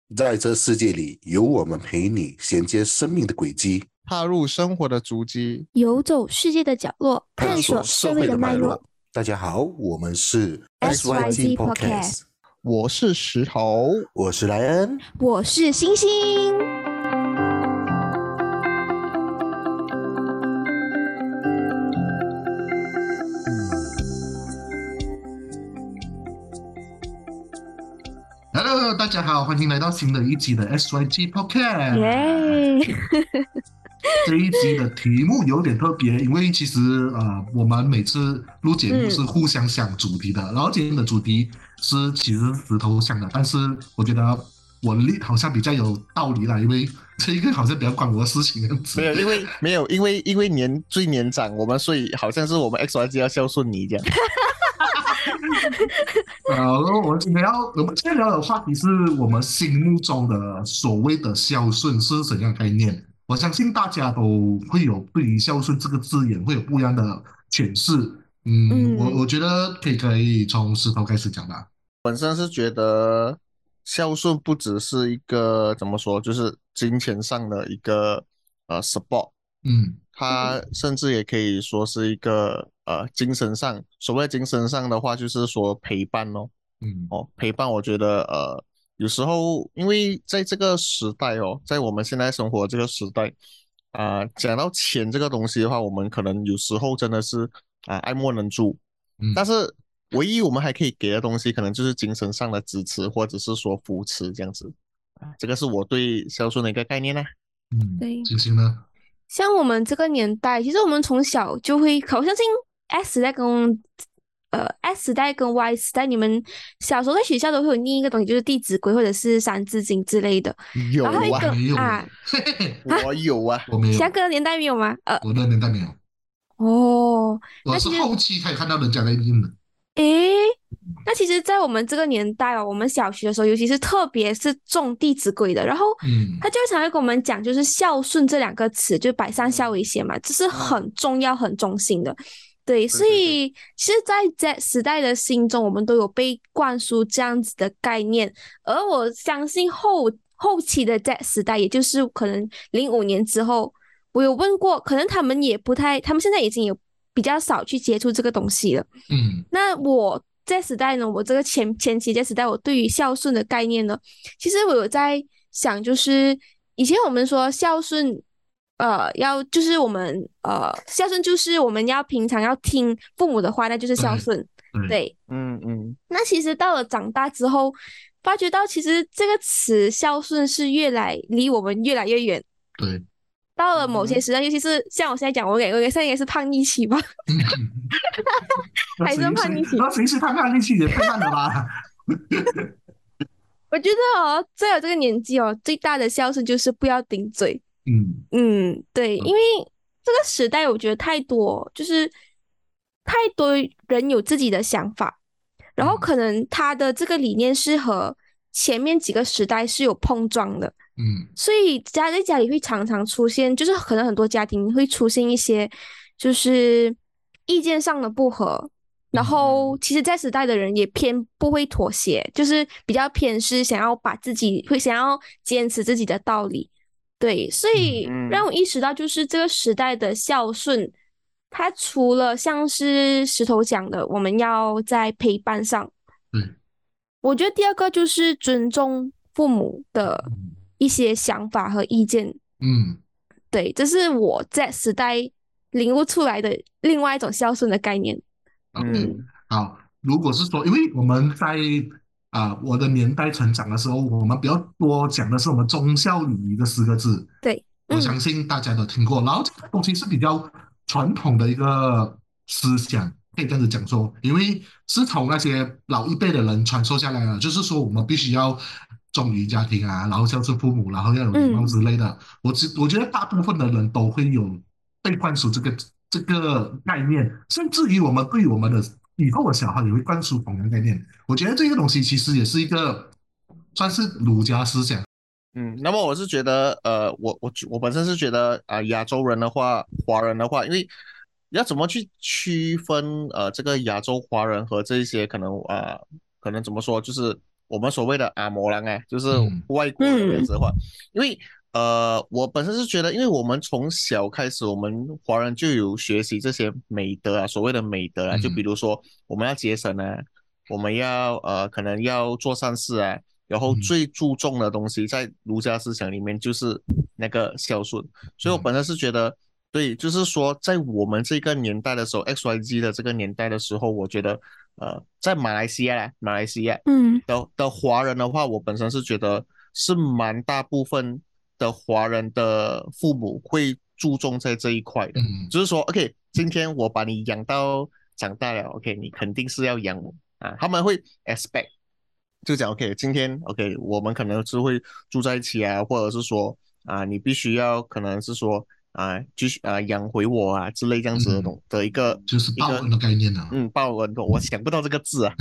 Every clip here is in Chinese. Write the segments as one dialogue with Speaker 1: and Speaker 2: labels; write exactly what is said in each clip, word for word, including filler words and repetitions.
Speaker 1: 在这世界里，有我们陪你衔接生命的轨迹，
Speaker 2: 踏入生活的足迹，
Speaker 3: 游走世界的角落，探索社会的脉络。
Speaker 1: 大家好，我们是
Speaker 3: S Y Z Podcast，
Speaker 2: 我是石头，
Speaker 1: 我是莱恩，
Speaker 3: 我是星星。
Speaker 4: Hello， 大家好，欢迎来到新的一集的 S Y G Podcast。
Speaker 3: 耶！
Speaker 4: 这一集的题目有点特别，因为其实呃，我们每次录节目是互相想主题的，嗯、然后今天的主题是其实石头想的，但是我觉得我力好像比较有道理啦，因为这一个好像比较关我的事情样子。
Speaker 2: 没有，因为没有，因为因为年最年长，我们所以好像是我们 X Y G 要孝顺你这样。
Speaker 4: 呃，我们今天要我们今天聊的话题是我们心目中的所谓的孝顺是怎样概念？我相信大家都会有对于孝顺这个字眼会有不一样的诠释。嗯，嗯我我觉得可以可以从石头开始讲吧。
Speaker 2: 本身是觉得孝顺不只是一个怎么说，就是金钱上的一个呃 support，
Speaker 4: 嗯，
Speaker 2: 它甚至也可以说是一个呃精神上，所谓精神上的话，就是说陪伴哦，
Speaker 4: 嗯
Speaker 2: 哦陪伴，我觉得呃有时候因为在这个时代哦，在我们现在生活这个时代啊、呃讲到钱这个东西的话，我们可能有时候真的是啊、呃爱莫能助，
Speaker 4: 嗯，
Speaker 2: 但是唯一我们还可以给的东西，可能就是精神上的支持，或者是说扶持这样子。这个是我对孝顺的一个概念呢、
Speaker 4: 嗯，
Speaker 3: 对，
Speaker 4: 星星呢？
Speaker 3: 像我们这个年代，其实我们从小就会，我相信 X 时代跟呃 X 时代跟 Y 时代，你们小时候在学校都会有念一个东西，就是《弟子规》或者是《三字经》之类的。
Speaker 2: 有
Speaker 3: 然后一
Speaker 2: 啊，
Speaker 3: 个
Speaker 4: 没有
Speaker 3: 啊，
Speaker 2: 我有啊，
Speaker 4: 我没有，
Speaker 3: 下个年代没有吗？呃，
Speaker 4: 我的年代没有，
Speaker 3: 哦，
Speaker 4: 我是
Speaker 3: 那其实
Speaker 4: 后期才看到人家在念的。
Speaker 3: 诶，那其实，在我们这个年代哦，我们小学的时候，尤其是特别是重《弟子规》的，然后
Speaker 4: 嗯，
Speaker 3: 他就会常会跟我们讲，就是孝顺这两个词，就百善孝为先嘛，这是很重要、很中心的。对，所以其实，在 Z 时代的心中，我们都有被灌输这样子的概念，而我相信后后期的 Z 时代，也就是可能零五年之后，我有问过，可能他们也不太，他们现在已经有比较少去接触这个东西了。
Speaker 4: 嗯
Speaker 3: 那我在时代呢，我这个前前期在时代，我对于孝顺的概念呢，其实我有在想，就是以前我们说孝顺，呃，要就是我们呃孝顺就是我们要平常要听父母的话，那就是孝顺。
Speaker 4: 对，
Speaker 3: 对，
Speaker 2: 嗯嗯，
Speaker 3: 那其实到了长大之后，发觉到其实这个词孝顺是越来离我们越来越远。
Speaker 4: 对，
Speaker 3: 到了某些时代，尤其是像我现在讲，我感觉我现在应该是叛逆期吧，还是叛逆期。
Speaker 4: 那谁是他叛逆期也太慢了吧？
Speaker 3: 我觉得哦，在我这个年纪哦，最大的孝顺就是不要顶嘴。
Speaker 4: 嗯
Speaker 3: 嗯，对，因为这个时代，我觉得太多，就是太多人有自己的想法，然后可能他的这个理念是和前面几个时代是有碰撞的，
Speaker 4: 嗯
Speaker 3: 所以家在家里会常常出现，就是可能很多家庭会出现一些就是意见上的不合。然后，其实，在时代的人也偏不会妥协，就是比较偏是想要把自己会想要坚持自己的道理。对，所以
Speaker 2: 嗯
Speaker 3: 让我意识到，就是这个时代的孝顺，它除了像是石头讲的，我们要在陪伴上，
Speaker 4: 对，
Speaker 3: 我觉得第二个就是尊重父母的一些想法和意见。
Speaker 4: 嗯
Speaker 3: 对，这是我在时代领悟出来的另外一种孝顺的概念。
Speaker 4: ，OK，
Speaker 2: 嗯
Speaker 4: 好。如果是说，因为我们在啊、我的年代成长的时候，我们比较多讲的是我们忠孝礼仪这四个字，
Speaker 3: 对，
Speaker 4: 我相
Speaker 3: 嗯
Speaker 4: 信大家都听过。然后这个东西是比较传统的一个思想，可以这样子讲说，因为是从那些老一辈的人传授下来的，就是说我们必须要忠于家庭啊，然后孝顺父母，然后要有礼貌
Speaker 3: 嗯
Speaker 4: 之类的。我只我觉得大部分的人都会有被灌输这个这个概念，甚至于我们对我们的以后的小孩也会灌输同样的概念。我觉得这个东西其实也是一个算是儒家思想。
Speaker 2: 嗯，那么我是觉得，呃，我我我本身是觉得啊、亚洲人的话，华人的话，因为要怎么去区分呃这个亚洲华人和这一些可能啊、可能怎么说，就是我们所谓的阿摩郎啊，就是
Speaker 4: 嗯
Speaker 2: 外国人这样子的话，因为呃，我本身是觉得，因为我们从小开始，我们华人就有学习这些美德啊，所谓的美德啊，就比
Speaker 4: 嗯
Speaker 2: 如说我们要节省啊，我们要呃，可能要做善事啊，然后
Speaker 4: 嗯
Speaker 2: 最注重的东西在儒家思想里面就是那个孝顺，所以我
Speaker 4: 嗯
Speaker 2: 本身是觉得。对，就是说，在我们这个年代的时候，X Y Z 的这个年代的时候，我觉得，呃，在马来西亚，马来西亚
Speaker 3: 嗯
Speaker 2: 的的华人的话，我本身是觉得是蛮大部分的华人的父母会注重在这一块的，
Speaker 4: 嗯
Speaker 2: 就是说，OK，今天我把你养到长大了，OK，你肯定是要养我啊，他们会 expect。就讲 OK，今天 OK，我们可能是会住在一起啊，或者是说啊，你必须要可能是说啊，继续啊养回我啊之类这样子的
Speaker 4: 嗯，
Speaker 2: 东的一个
Speaker 4: 就是
Speaker 2: 一个
Speaker 4: 报恩的概念啊。
Speaker 2: 嗯报恩，我想不到这个字啊。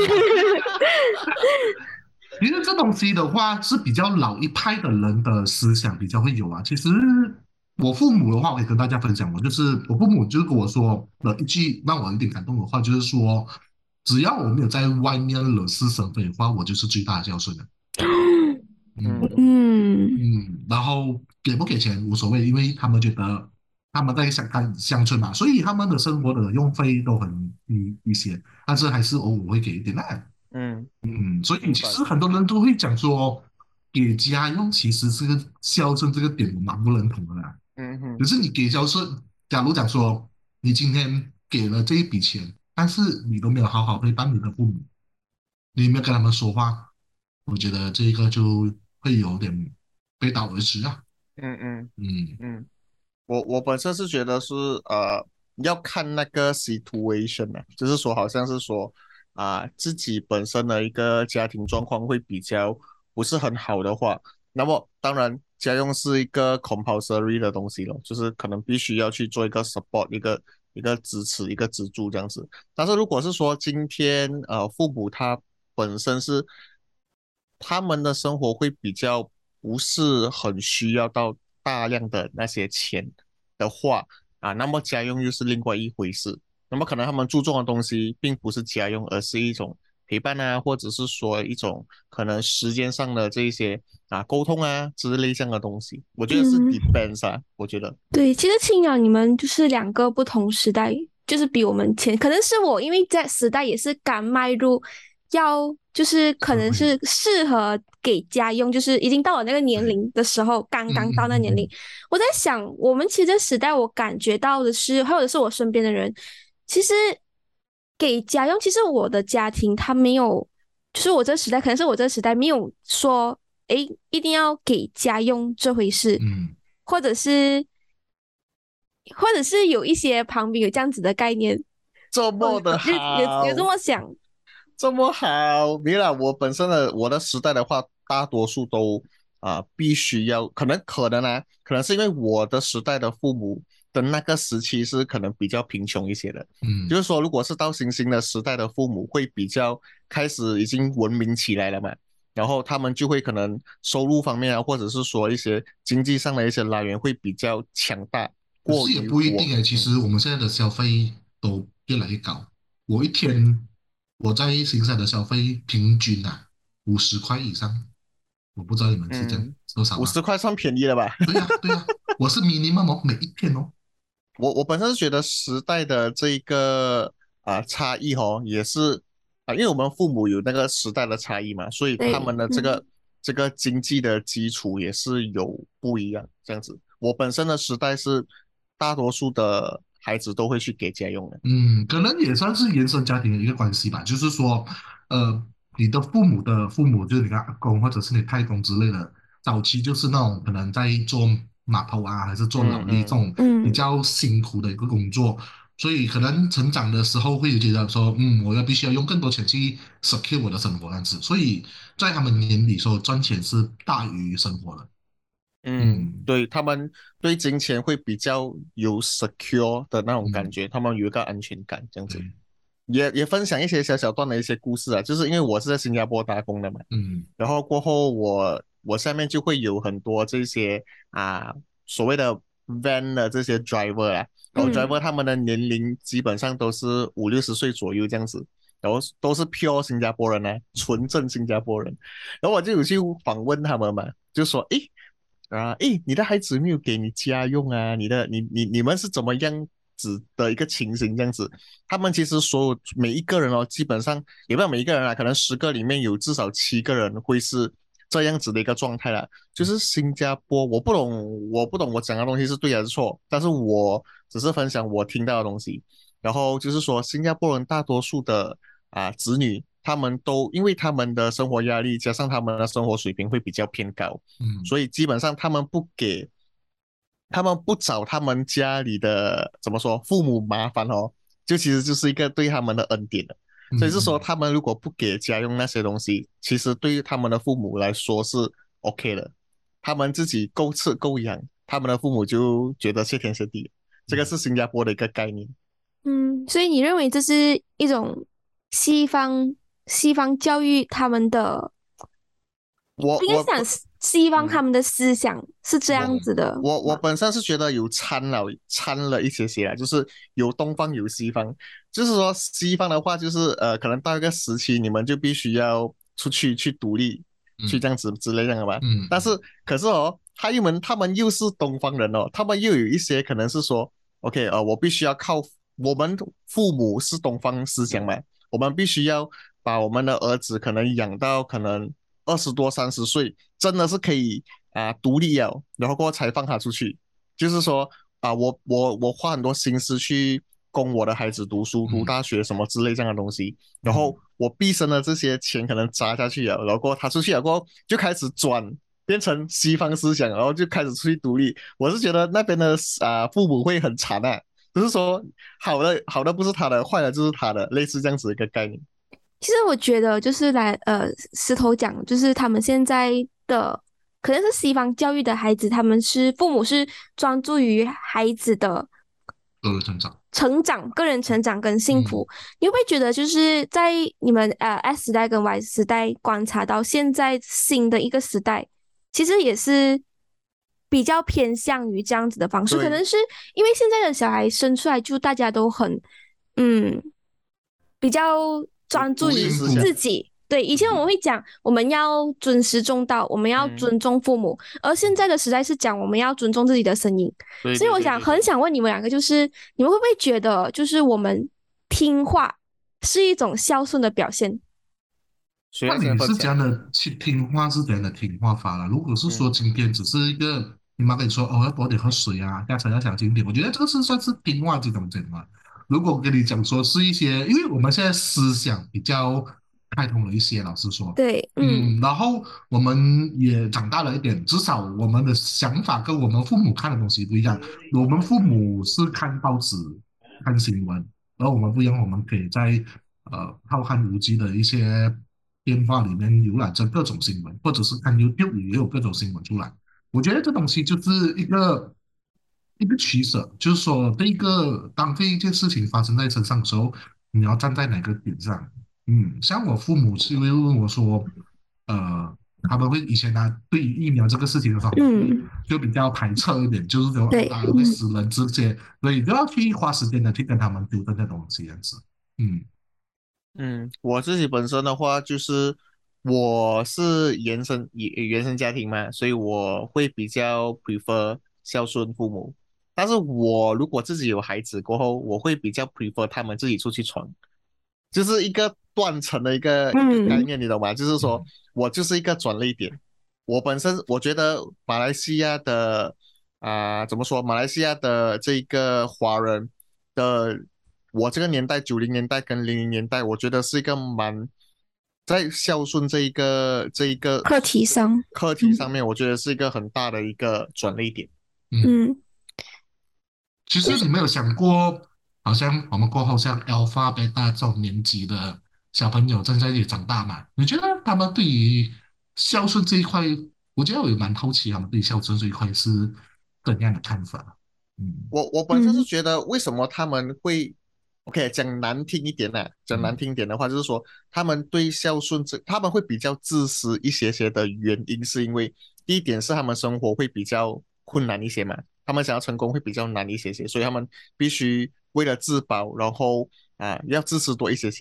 Speaker 4: 其实这东西的话是比较老一派的人的思想比较会有啊。其实我父母的话，我也跟大家分享过，就是我父母就跟我说了一句让我有点感动的话，就是说，只要我没有在外面惹是生非的话，我就是最大的孝顺了。嗯
Speaker 2: 嗯
Speaker 3: 嗯
Speaker 4: 嗯，然后给不给钱无所谓，因为他们觉得他们在乡看乡村嘛，所以他们的生活的用费都很低一些，但是还是偶尔会给一点那。
Speaker 2: 嗯，
Speaker 4: 嗯，所以
Speaker 2: 明白。
Speaker 4: 其实很多人都会讲说，给家用其实是个孝顺这个点，我蛮不认同的啦。
Speaker 2: 嗯哼
Speaker 4: 可是你给孝顺，假如讲说你今天给了这一笔钱，但是你都没有好好陪伴你的父母，你有没有跟他们说话？我觉得这个就会有点背道而驰啊。
Speaker 2: 嗯嗯
Speaker 4: 嗯
Speaker 2: 嗯。我我本身是觉得是呃要看那个 situation 啊，就是说好像是说啊、自己本身的一个家庭状况会比较不是很好的话，那么当然家用是一个 compulsory 的东西咯，就是可能必须要去做一个 support 一个一个支持一个资助这样子。但是如果是说今天呃父母他本身是他们的生活会比较不是很需要到大量的那些钱的话啊，那么家用又是另外一回事。那么可能他们注重的东西并不是家用，而是一种陪伴啊，或者是说一种可能时间上的这一些啊沟通啊之类这样的东西。我觉得是
Speaker 3: 嗯，
Speaker 2: depends 啊，我觉得，
Speaker 3: 对，其实青鸟你们就是两个不同时代，就是比我们前，可能是我因为在时代也是刚迈入要，就是可能
Speaker 4: 社会，
Speaker 3: 是适合给家用，就是已经到了那个年
Speaker 4: 对，
Speaker 3: 龄的时候，刚
Speaker 4: 嗯
Speaker 3: 刚到那年龄。
Speaker 4: 嗯嗯
Speaker 3: 我在想，我们其实这时代我感觉到的是，或者是我身边的人，其实给家用，其实我的家庭他没有，就是我这个时代，可能是我这个时代没有说，诶，一定要给家用这回事。
Speaker 4: 嗯
Speaker 3: 或者是或者是有一些旁边有这样子的概念，我
Speaker 2: 这么的
Speaker 3: 有有有这
Speaker 2: 好。
Speaker 3: 么想。
Speaker 2: 这么好，没了。我本身的我的时代的话，大多数都啊、必须要，可能可能啊，可能是因为我的时代的父母的那个时期是可能比较贫穷一些的，就
Speaker 4: 嗯，
Speaker 2: 是说，如果是到新兴的时代的父母，会比较开始已经文明起来了嘛，然后他们就会可能收入方面啊，或者是说一些经济上的一些来源会比较强大，过
Speaker 4: 可是也
Speaker 2: 于我，
Speaker 4: 不一定诶。其
Speaker 2: 嗯
Speaker 4: 实我们现在的消费都越来越高。我一天我在新山的消费平均啊五十块以上，我不知道你们是这样
Speaker 2: 嗯，
Speaker 4: 多少啊？
Speaker 2: 五十块算便宜了吧？
Speaker 4: 对呀对呀，我是 minimum 哦，每一天哦。
Speaker 2: 我我本身是觉得时代的这一个啊、差异哦，也是啊、因为我们父母有那个时代的差异嘛，所以他们
Speaker 3: 对，嗯
Speaker 2: 的这个这个经济的基础也是有不一样这样子。我本身的时代是大多数的孩子都会去给家用的，
Speaker 4: 嗯，可能也算是原生家庭的一个关系吧。就是说，呃，你的父母的父母，就是你的阿公或者是你太公之类的，早期就是那种可能在做码头啊，还是做劳
Speaker 2: 嗯嗯
Speaker 4: 力这种比
Speaker 3: 嗯
Speaker 4: 较辛苦的一个工作，所以可能成长的时候会觉得说，嗯，我要必须要用更多钱去 secure 我的生活这样子。所以在他们眼里说，赚钱是大于生活的。
Speaker 2: 嗯，
Speaker 4: 嗯
Speaker 2: 对，他们对金钱会比较有 secure 的那种感
Speaker 4: 嗯，
Speaker 2: 觉，他们有一个安全感这样子。
Speaker 4: 对，
Speaker 2: 也也分享一些小小段的一些故事啊，就是因为我是在新加坡打工的嘛，
Speaker 4: 嗯
Speaker 2: 然后过后我我下面就会有很多这些啊所谓的 van 的这些 driver 啊，然后
Speaker 3: 嗯
Speaker 2: driver 他们的年龄基本上都是五六十岁左右这样子， 然后都是 pure 新加坡人啊，纯正新加坡人。然后我就有去访问他们嘛，就说，诶啊，诶，你的孩子有没有给你家用啊？你的你你你们是怎么样子的一个情形这样子？他们其实所有每一个人哦，基本上也不知道每一个人啊，可能十个里面有至少七个人会是这样子的一个状态啦。就是新加坡，我不懂，我不懂我讲的东西是对还是错，但是我只是分享我听到的东西。然后就是说，新加坡人大多数的啊子女，他们都因为他们的生活压力加上他们的生活水平会比较偏高，
Speaker 4: 嗯
Speaker 2: 所以基本上他们不给，他们不找他们家里的怎么说父母麻烦哦，就其实就是一个对他们的恩典了。所以是说，
Speaker 4: 嗯嗯
Speaker 2: 他们如果不给家用那些东西，其实对于他们的父母来说是 OK 的，他们自己够吃够养，他们的父母就觉得谢天谢地。这个是新加坡的一个概念。
Speaker 3: 嗯，所以你认为这是一种西方西方教育他们的，
Speaker 2: 我我不
Speaker 3: 应该讲西西方他
Speaker 2: 嗯。
Speaker 3: 们的思想是这样
Speaker 4: 嗯
Speaker 3: 子的
Speaker 2: 我我
Speaker 3: 吗？
Speaker 2: 本身是觉得有掺了掺了一些些啦，就是有东方有西方，就是说西方的话就是呃，可能到一个时期你们就必须要出去去独立，去
Speaker 4: 嗯
Speaker 2: 这样子之类这样的吧。
Speaker 4: 嗯
Speaker 2: 但是可是哦，他们他们又是东方人哦，他们又有一些可能是说，OK 呃，我必须要靠我们父母是东方思想嘛，我们必须要把我们的儿子可能养到可能二十多三十岁，真的是可以啊、独立了，然后过后才放他出去。就是说啊、我我我花很多心思去供我的孩子读书、读
Speaker 4: 嗯
Speaker 2: 大学什么之类这样的东西，然
Speaker 4: 嗯
Speaker 2: 后我毕生的这些钱可能砸下去了，然后过后他出去了过后就开始转。变成西方思想，然后就开始出去独立。我是觉得那边的啊、父母会很惨啊，就是说好的好的不是他的，坏的就是他的，类似这样子的一个概念。
Speaker 3: 其实我觉得就是来呃，石头讲，就是他们现在的可能是西方教育的孩子，他们是父母是专注于孩子的
Speaker 4: 个人成长。
Speaker 3: 成长、个人成长跟幸
Speaker 4: 嗯
Speaker 3: 福。你会不会觉得就是在你们呃 S 时代跟 Y 时代观察到现在新的一个时代，其实也是比较偏向于这样子的方式，可
Speaker 2: 对
Speaker 3: 能是因为现在的小孩生出来就大家都很嗯。比较
Speaker 2: 独独立
Speaker 3: 专注于
Speaker 2: 思想。
Speaker 4: 幸福。
Speaker 3: 自己。对，以前我们
Speaker 4: 嗯
Speaker 3: 会讲我们要尊师重道，我们要
Speaker 2: 嗯，
Speaker 3: 尊重父母，而现在的时代是讲我们要尊重自己的声音。
Speaker 2: 对对
Speaker 3: 所以我想
Speaker 2: 对对对。
Speaker 3: 很想问你们两个，就是你们会不会觉得，就是我们听话是一种孝顺的表现？
Speaker 2: 谁要
Speaker 4: 那你是怎
Speaker 2: 先分享？
Speaker 4: 样的去听话是怎样的听话法了？如果是说
Speaker 2: 嗯
Speaker 4: 今天只是一个你妈跟你说哦要多点喝水啊，下车要小心点，我觉得这个是算是听话这种讲嘛。如果跟你讲说是一些，因为我们现在思想比较开通了一些，老实说，
Speaker 3: 对，嗯
Speaker 4: 嗯，然后我们也长大了一点，至少我们的想法跟我们父母看的东西不一样。我们父母是看报纸、看新闻，而我们不一样，我们可以在呃浩瀚无际的一些电话里面浏览着各种新闻，或者是看 YouTube 也有各种新闻出来。我觉得这东西就是一个一个取舍，就是说，这一个当这一件事情发生在身上的时候，你要站在哪个点上？嗯，像我父母是会问我说，呃，他们会以前呢对于疫苗这个事情的方面
Speaker 3: 嗯，
Speaker 4: 就比较排斥一点，就是说
Speaker 3: 对，
Speaker 4: 啊会
Speaker 3: 嗯。
Speaker 4: 死人这些，所以就要去花时间的去跟他们纠正这东西，这样子。嗯
Speaker 2: 嗯，我自己本身的话，就是我是原生原原生家庭嘛，所以我会比较 prefer 孝顺父母。但是我如果自己有孩子过后，我会比较 prefer 他们自己出去闯，就是一个断层的一个一个概
Speaker 3: 嗯
Speaker 2: 念，你懂吗？就是说
Speaker 4: 嗯
Speaker 2: 我就是一个转捩点。我本身我觉得马来西亚的啊、怎么说？马来西亚的这个华人的，我这个年代九零年代跟零零年代，我觉得是一个蛮在孝顺这一个这一个
Speaker 3: 课题上，
Speaker 2: 课题上面，我觉得是一个很大的一个转捩点。
Speaker 4: 嗯。
Speaker 3: 嗯
Speaker 4: 其实你没有想过，好像我们过后像 Alpha、Beta 这种年纪的小朋友正在也长大嘛？你觉得他们对于孝顺这一块，我觉得我也蛮好奇，他们对孝顺这一块是怎样的看法？嗯
Speaker 2: 我我本身是
Speaker 3: 嗯
Speaker 2: 觉得，为什么他们会，OK，讲难听一点呢、讲难
Speaker 4: 嗯
Speaker 2: 听一点的话，就是说他们对孝顺这，他们会比较自私一些些的原因，是因为第一点是他们生活会比较困难一些嘛，他们想要成功会比较难一些些，所以他们必须为了自保，然后啊要自私多一些些。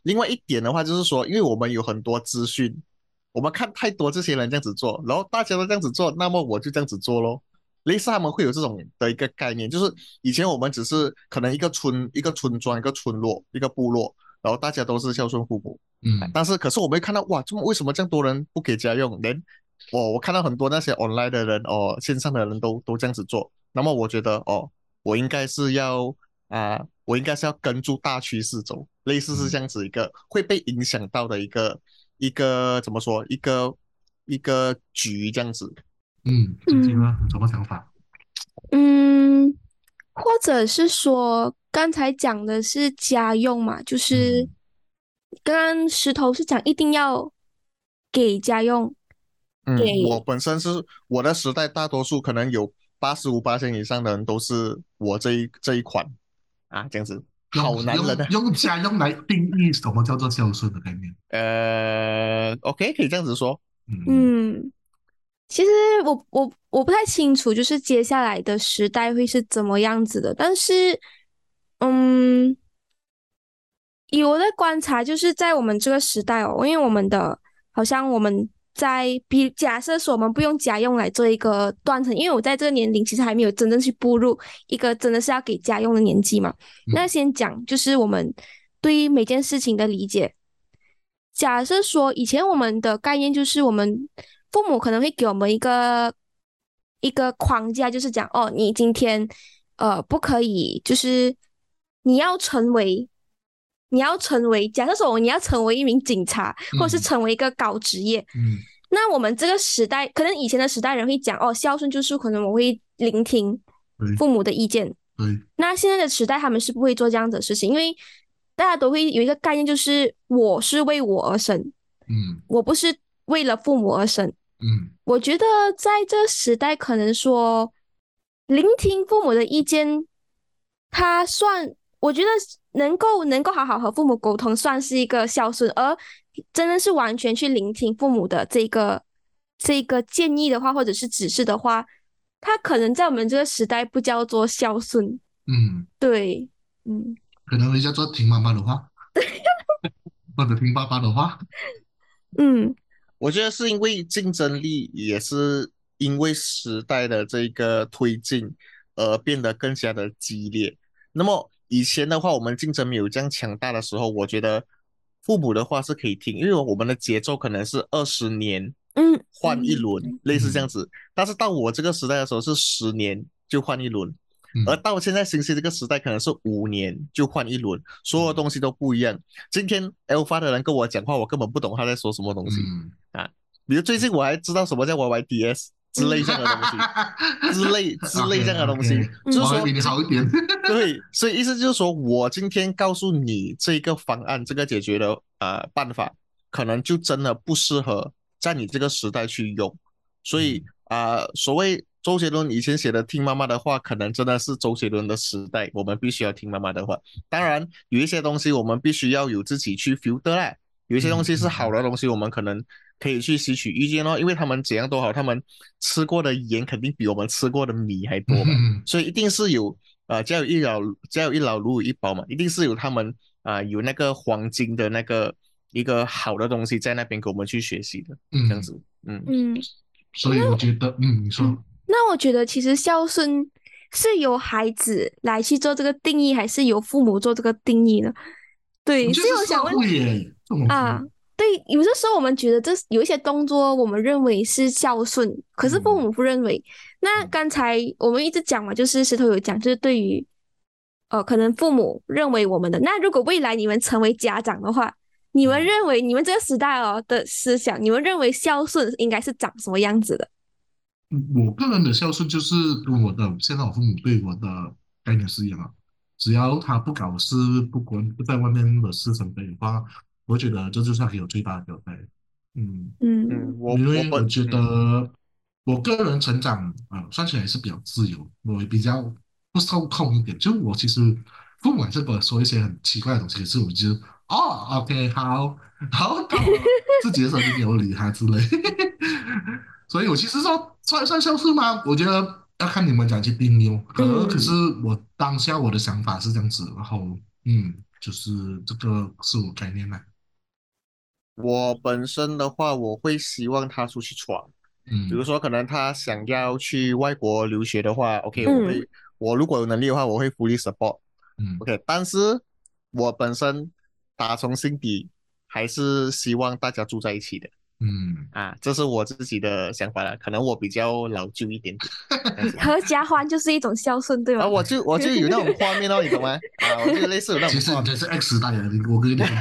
Speaker 2: 另外一点的话就是说，因为我们有很多资讯，我们看太多这些人这样子做，然后大家都这样子做，那么我就这样子做咯。类似他们会有这种的一个概念，就是以前我们只是可能一个村、一个村庄、一个村落、一个部落，然后大家都是孝顺父母，啊
Speaker 4: 嗯
Speaker 2: 但是可是我们会看到哇，这么为什么这样多人不给家用？连我我看到很多那些 online 的人哦，线上的人都都这样子做，那么我觉得哦，我应该是要啊、我应该是要跟住大趋势走，类似是这样子一个会被影响到的一个一个怎么说一个一个局这样子。
Speaker 4: 嗯，晶晶呢，有什么想法？
Speaker 3: 嗯，或者是说刚才讲的是家用嘛，就是
Speaker 4: 嗯
Speaker 3: 刚刚石头是讲一定要给家用，
Speaker 2: 嗯，我
Speaker 3: 给
Speaker 2: 本身是我的时代，大多数可能有八十五八以上的人都是我这一这一款啊，这样子，
Speaker 4: 用
Speaker 2: 好男人啊。
Speaker 4: 用用家用来定义什么叫做孝顺的概念。
Speaker 2: 呃，OK，可以这样子说。
Speaker 4: 嗯
Speaker 3: 嗯。其实我我我不太清楚，就是接下来的时代会是怎么样子的。但是，嗯，以我的观察，就是在我们这个时代哦，因为我们的好像我们在比假设说我们不用家用来做一个断层，因为我在这个年龄其实还没有真正去步入一个真的是要给家用的年纪嘛。那先讲就是我们对于每件事情的理解。假设说以前我们的概念就是我们父母可能会给我们一个一个框架，就是讲哦，你今天呃不可以，就是你要成为你要成为，假设说你要成为一名警察，或者是
Speaker 4: 嗯
Speaker 3: 成为一个高职业，
Speaker 4: 嗯
Speaker 3: 那我们这个时代，可能以前的时代人会讲哦，孝顺就是可能我会聆听
Speaker 4: 对
Speaker 3: 父母的意见，
Speaker 4: 对，
Speaker 3: 那现在的时代他们是不会做这样子的事情，因为大家都会有一个概念，就是我是为我而生，
Speaker 4: 嗯
Speaker 3: 我不是为了父母而生。
Speaker 4: 嗯
Speaker 3: 我觉得在这个时代，可能说聆听父母的意见，他算，我觉得能够能够好好和父母沟通，算是一个孝顺。而真的是完全去聆听父母的这个这个建议的话，或者是指示的话，他可能在我们这个时代不叫做孝顺。
Speaker 4: 嗯，
Speaker 3: 对，嗯
Speaker 4: 可能人家做听妈妈的话，或者听爸爸的话。
Speaker 3: 嗯
Speaker 2: 我觉得是因为竞争力，也是因为时代的这个推进而变得更加的激烈。那么以前的话，我们竞争没有这样强大的时候，我觉得父母的话是可以听，因为我们的节奏可能是二十年
Speaker 3: 嗯嗯，
Speaker 2: 换一轮，
Speaker 3: 对
Speaker 2: 类似这样
Speaker 4: 嗯
Speaker 2: 子。但是到我这个时代的时候是十年就换一轮，而
Speaker 4: 嗯
Speaker 2: 到现在新兴这个时代可能是五年就换一轮，所有东西都不一样。今天 Alpha 的人跟我讲话，我根本不懂他在说什么东西。
Speaker 4: 嗯，
Speaker 2: 啊，比如最近我还知道什么叫 Y Y D S 之类这样的东西，之类之类这样的东西，
Speaker 4: OK，OK，
Speaker 2: 就是说
Speaker 4: 我会比你好一点。
Speaker 2: 对，所以意思就是说我今天告诉你这个方案，这个解决的呃办法，可能就真的不适合在你这个时代去用。所以啊、呃所谓周杰伦以前写的“听妈妈的话”，可能真的是周杰伦的时代，我们必须要听妈妈的话。当然，有一些东西我们必须要有自己去 filter 啦，有一些东西是好的东西，我们可能可以去吸取意见哦，因为他们怎样都好，他们吃过的盐肯定比我们吃过的米还多嘛，
Speaker 4: 嗯
Speaker 2: 所以一定是有呃家有一老家有一老如有一宝嘛，一定是有他们啊、有那个黄金的那个一个好的东西在那边给我们去学习的，这样
Speaker 4: 嗯，
Speaker 2: 子，嗯。
Speaker 3: 嗯。
Speaker 4: 所以我觉得，嗯，你说，
Speaker 3: 嗯，那我觉得其实孝顺是由孩子来去做这个定义，还是由父母做这个定义呢？对，所以
Speaker 4: 我觉得是社
Speaker 3: 我想问
Speaker 4: 会耶，这种东
Speaker 3: 啊，
Speaker 4: 西。
Speaker 3: 对，有的时候我们觉得这有一些动作，我们认为是孝顺，可是父
Speaker 4: 嗯
Speaker 3: 母不认为。那刚才我们一直讲嘛，就是石头有讲，就是对于呃，可能父母认为我们的，那如果未来你们成为家长的话，你们
Speaker 4: 嗯
Speaker 3: 认为你们这个时代哦的思想，你们认为孝顺应该是长什么样子的？
Speaker 4: 我个人的孝顺就是跟我的现在我父母对我的概念是一样的，只要他不搞事，不管不在外面惹是生非的话，我觉得这就算给我最大的交代。嗯，
Speaker 3: 嗯
Speaker 2: 嗯，我
Speaker 4: 因
Speaker 2: 我本
Speaker 4: 为我觉
Speaker 2: 嗯
Speaker 4: 得我个人成长啊、呃算起来是比较自由，我也比较不受控一点。就我其实父母还是跟我说一些很奇怪的东西，可是我就哦，OK，好，然后到了自己的时候就没有理他之类。所以我其实说算算孝顺吗？我觉得要看你们怎样去定义哦。可可是
Speaker 3: 嗯
Speaker 4: 我当下我的想法是这样子，然后嗯， 就是这个是我概念呢。
Speaker 2: 我本身的话，我会希望他出去闯，比如
Speaker 4: 嗯
Speaker 2: 说可能他想要去外国留学的话，OK，我
Speaker 3: 嗯
Speaker 2: 会我如果有能力的话，我会 fully support。
Speaker 4: 嗯
Speaker 2: OK，但是我本身打从心底还是希望大家住在一起的
Speaker 4: 嗯，
Speaker 2: 啊，这是我自己的想法了，可能我比较老旧一点点，这样子。
Speaker 3: 合家欢就是一种孝顺，对
Speaker 2: 啊，
Speaker 3: 吗？
Speaker 2: 我就我就有那种画面哦，你懂吗？啊，我就类似有那种画面。
Speaker 4: 其实你才是 X 时代的，我跟你讲，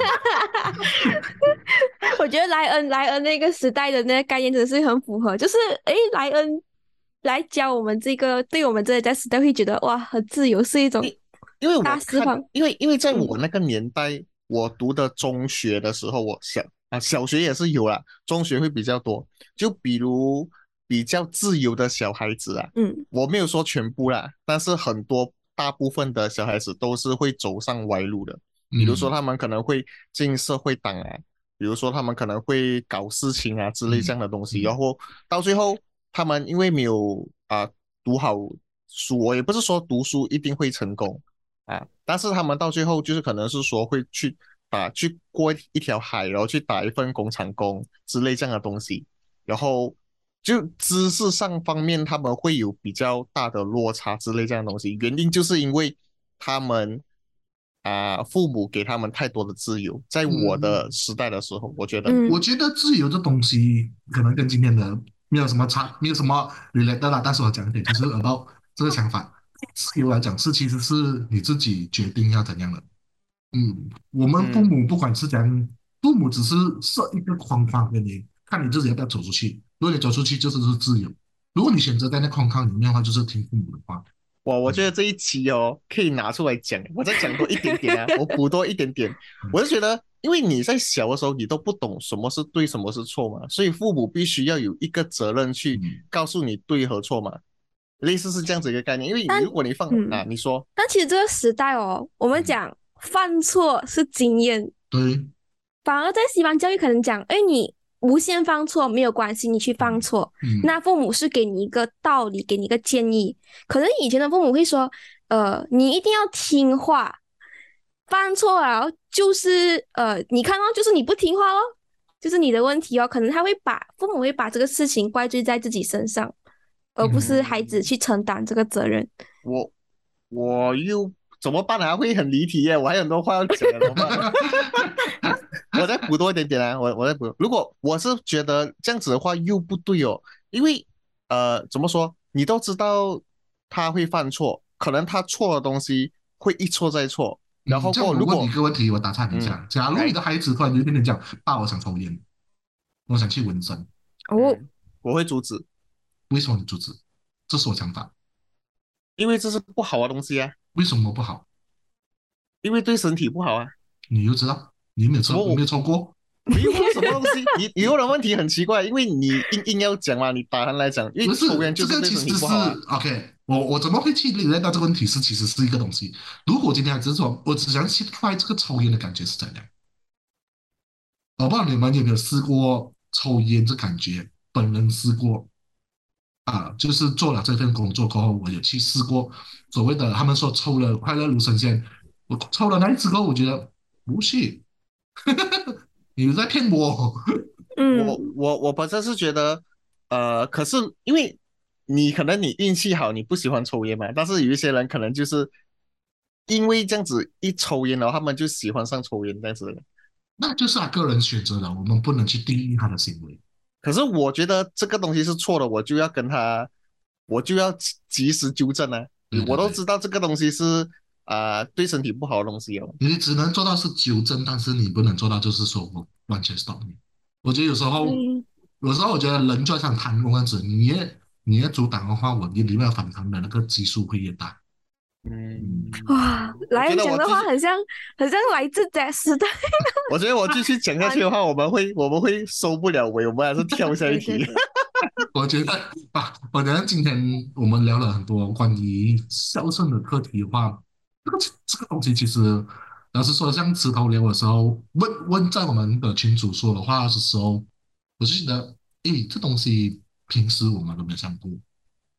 Speaker 3: 我觉得莱恩莱恩那个时代的那个概念真的是很符合，就是诶，莱恩来教我们这个，对我们这一代时代会觉得哇，很自由，是一种
Speaker 2: 因因为我看，
Speaker 3: 大释放。
Speaker 2: 因为因为在
Speaker 3: 嗯
Speaker 2: 我那个年代，我读的中学的时候，我小啊小学也是有啦，中学会比较多。就比如比较自由的小孩子啊，
Speaker 3: 嗯
Speaker 2: 我没有说全部啦，但是很多大部分的小孩子都是会走上歪路的。比如说
Speaker 4: 嗯
Speaker 2: 他们可能会进社会党啊，比如说他们可能会搞事情啊之类这
Speaker 4: 嗯
Speaker 2: 样的东西，
Speaker 4: 嗯
Speaker 2: 然后到最后他们因为没有啊、读好书，我也不是说读书一定会成功啊，但是他们到最后就是可能是说会去打去过一条海，然后去打一份工厂工之类这样的东西，然后就知识上方面他们会有比较大的落差之类这样的东西，原因就是因为他们啊、父母给他们太多的自由，在我的
Speaker 4: 嗯，
Speaker 2: 时代的时候，我觉得
Speaker 3: 嗯
Speaker 4: 我觉得自由这东西可能跟今天的没有什么差，没有什么 related 啦。但是我讲一点，就是 about 这个想法，自由来讲是其实是你自己决定要怎样的。嗯，我们父
Speaker 2: 嗯。
Speaker 4: 母不管是讲，父母只是设一个框框给你，看你自己要不要走出去。如果你走出去，就是是自由；如果你选择在那框框里面的话，就是听父母的话。
Speaker 2: 哇，我觉得
Speaker 4: 嗯
Speaker 2: 这一期哦，可以拿出来讲，我再讲多一点点啊，我补多一点点。我是觉得，因为你在小的时候，你都不懂什么是对，什么是错嘛，所以父母必须要有一个责任去
Speaker 4: 嗯
Speaker 2: 告诉你对和错嘛，类似是这样子一个概念。因为你
Speaker 3: 但
Speaker 2: 如果你放
Speaker 3: 嗯，
Speaker 2: 啊，你说
Speaker 3: 但其实这个时代哦，我们
Speaker 4: 嗯，
Speaker 3: 讲犯错是经验，
Speaker 4: 对，
Speaker 3: 反而在西方教育可能讲，哎，你无限犯错没有关系，你去犯
Speaker 4: 嗯
Speaker 3: 错。
Speaker 4: 嗯
Speaker 3: 那父母是给你一个道理，给你一个建议。可能以前的父母会说，呃，你一定要听话，犯错了就是呃，你看到就是你不听话咯，就是你的问题哦。可能他会把父母会把这个事情怪罪在自己身上，而不是孩子
Speaker 2: 嗯，
Speaker 3: 去承担这个责任。
Speaker 2: 我我又怎么办啊？会很离题耶，我还有很多话要讲的，怎么办？我再补多一点点啊，我我再补。如果我是觉得这样子的话又不对哦，因为呃怎么说，你都知道他会犯错，可能他错的东西会一错再错，然
Speaker 4: 嗯，
Speaker 2: 后
Speaker 4: 这样我问你一
Speaker 2: 过后如果
Speaker 4: 个问题，我打岔你一
Speaker 2: 嗯
Speaker 4: 下。假如你
Speaker 2: 来
Speaker 4: 的孩子突然有一天讲：“爸，我想抽烟，我想去纹身。”
Speaker 3: 哦，
Speaker 2: 嗯，我会阻止，
Speaker 4: 为什么你阻止？这是我想法。
Speaker 2: 因为这是不好的东西啊，
Speaker 4: 为什么不好？
Speaker 2: 因为对身体不好啊。
Speaker 4: 你又知道，你有没有抽？
Speaker 2: 什么我
Speaker 4: 你没有抽过？
Speaker 2: 没有啊什么东西？你你问的问题很奇怪，因为你硬硬要讲嘛，你打他来讲，因为
Speaker 4: 不是，这
Speaker 2: 抽烟就是对
Speaker 4: 个其实是
Speaker 2: 身体不好啊。
Speaker 4: OK。我我怎么会去领略到这个问题是其实是一个东西。如果今天只是说，我只想去快这个抽烟的感觉是怎样？我不知道你们有没有试过抽烟这感觉，本人试过啊，就是做了这份工作过后，我有去试过所谓的他们说抽了快乐如神仙，我抽了那一次过后，我觉得不是，你在骗我。
Speaker 2: 我
Speaker 3: 嗯
Speaker 2: 我我本身是觉得，呃，可是因为你可能你运气好，你不喜欢抽烟嘛，但是有一些人可能就是因为这样子一抽烟，然后他们就喜欢上抽烟这样子的。
Speaker 4: 那就是他个人选择了，我们不能去定义他的行为。
Speaker 2: 可是我觉得这个东西是错的，我就要跟他，我就要及及时纠正啊。我都
Speaker 4: 对对对，
Speaker 2: 知道这个东西是啊、呃对身体不好的东西哦。
Speaker 4: 你只能做到是纠正，但是你不能做到就是说我完全 stop 你。我觉得有时候，
Speaker 3: 嗯，
Speaker 4: 有时候我觉得人就像弹弓这样子，你越你越阻挡的话，我你里面反弹的那个基数会越大。嗯，
Speaker 2: 嗯，
Speaker 3: 哇，
Speaker 2: 我觉
Speaker 3: 莱恩讲的
Speaker 2: 得我继续，
Speaker 3: 话很像很像来自 Z 时代。
Speaker 2: 我觉得我继续讲下去的话，我们会我们会收不了尾，我们还是跳下一题。
Speaker 3: 对对对，
Speaker 4: 我觉得啊，我觉得今天我们聊了很多关于孝顺的课题的话，这个这个东西其实，老实说，像石头聊的时候，问问在我们的群主说的话的时候，我就觉得，诶，这东西平时我们都没有想过。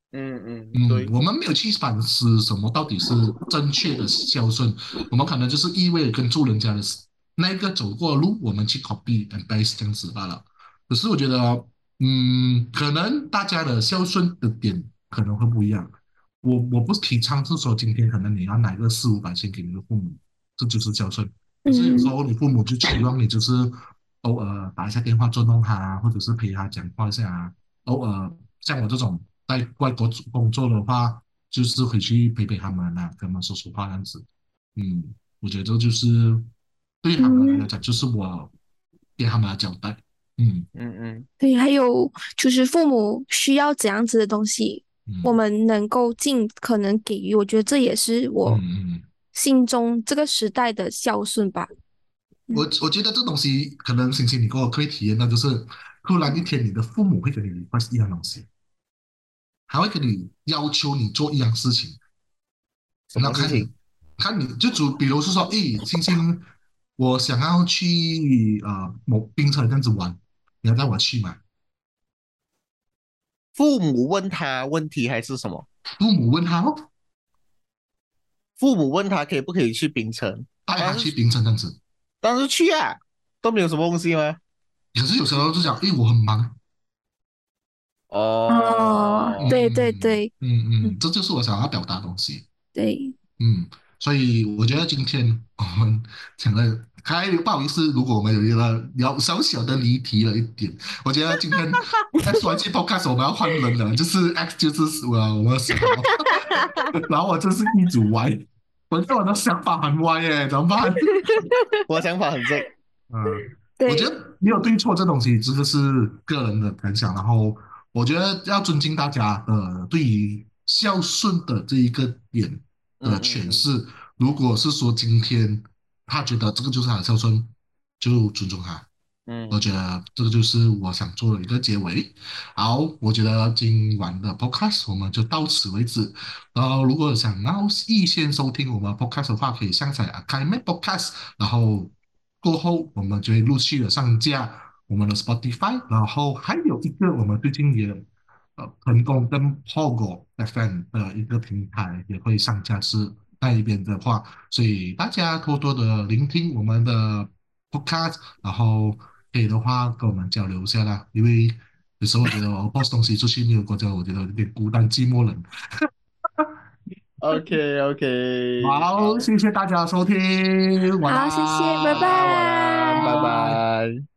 Speaker 2: 嗯嗯，
Speaker 4: 嗯，
Speaker 2: 对，
Speaker 4: 我们没有去反思什么到底是正确的孝顺，我们可能就是一味地跟住人家的那个走过的路，我们去 copy and paste 这样子罢了。可是我觉得，嗯，可能大家的孝顺的点可能会不一样。我我不提倡是说今天可能你要拿个四五百先给你的父母，这就是孝顺。可是有时
Speaker 3: 嗯
Speaker 4: 候你父母就期望你就是偶尔打一下电话捉弄他，或者是陪他讲话一下啊，偶尔像我这种在外国工作的话，就是回去陪陪他们啊，跟他们说说话这样子。嗯，我觉得这就是对于他们来
Speaker 3: 嗯，
Speaker 4: 讲，就是我给他们的交代。嗯
Speaker 2: 嗯嗯
Speaker 3: 对，还有就是父母需要怎样子的东西，我
Speaker 4: 嗯
Speaker 3: 们能够尽可能给予，我觉得这也是
Speaker 4: 嗯
Speaker 3: 我
Speaker 4: 嗯，
Speaker 3: 心中这个时代的孝顺吧。
Speaker 4: 我
Speaker 3: 嗯
Speaker 4: 我觉得这东西可能星星你跟我可以体验到，就是突然一天你的父母会跟你 request 一样东西，还会跟你要求你做一样事情，
Speaker 2: 什
Speaker 4: 然后看你
Speaker 2: 么事情？
Speaker 4: 看你就主，比如是说，诶，星星，我想要去呃某冰城这样子玩，你要带我去吗？
Speaker 2: 父母问他问题还是什么？
Speaker 4: 父母问他哦，
Speaker 2: 父母问他可以不可以去槟城，
Speaker 4: 带他去
Speaker 2: 但是
Speaker 4: 冰城这样子。
Speaker 2: 但是去啊，都没有什么东西吗？
Speaker 4: 可是有时候就讲，诶，我很忙。
Speaker 3: 哦，
Speaker 4: 嗯
Speaker 2: 哦，
Speaker 3: 对对
Speaker 4: 嗯
Speaker 3: 对，嗯
Speaker 4: 嗯嗯，这就是我想要表达的东西。
Speaker 3: 对，
Speaker 4: 嗯，所以我觉得今天我们讲了，还不好意思，如果我们有一个聊小小的离题了一点，我觉得今天 X Y G Podcast 我们要换人了，就是 X 就是我我们小豪，然后我就是一组 Y，我觉得我的想法很歪耶，怎么办？
Speaker 2: 我想法很正。
Speaker 4: 嗯，我觉
Speaker 3: 对，
Speaker 4: 得没有对错这东西，这个是个人的感想。然后我觉得要尊敬大家的对于孝顺的这一个点的
Speaker 2: 嗯嗯嗯
Speaker 4: 诠释。如果是说今天他觉得这个就是他的孝顺，就尊重他。我
Speaker 2: 嗯
Speaker 4: 觉得这个就是我想做的一个结尾。好，我觉得今晚的 podcast 我们就到此为止。然后，如果想要预先收听我们 podcast 的话，可以下载 a k a i m e Podcast，然后过后我们就会陆续的上架我们的 Spotify，然后还有一个我们最近也呃成功跟 Pogo F M 的一个平台也会上架是那一边的话，所以大家多多的聆听我们的 podcast，然后可以的话跟我们交流一下啦，因为有时候我觉得我 post 东西出去没有国家，我觉得有点孤单寂寞冷。
Speaker 2: ，OK OK，
Speaker 4: 好，
Speaker 2: 好
Speaker 4: 谢谢大家收听，晚
Speaker 3: 好，谢谢，拜
Speaker 4: 安。
Speaker 2: 啊，晚安，拜
Speaker 3: 拜。
Speaker 2: 拜。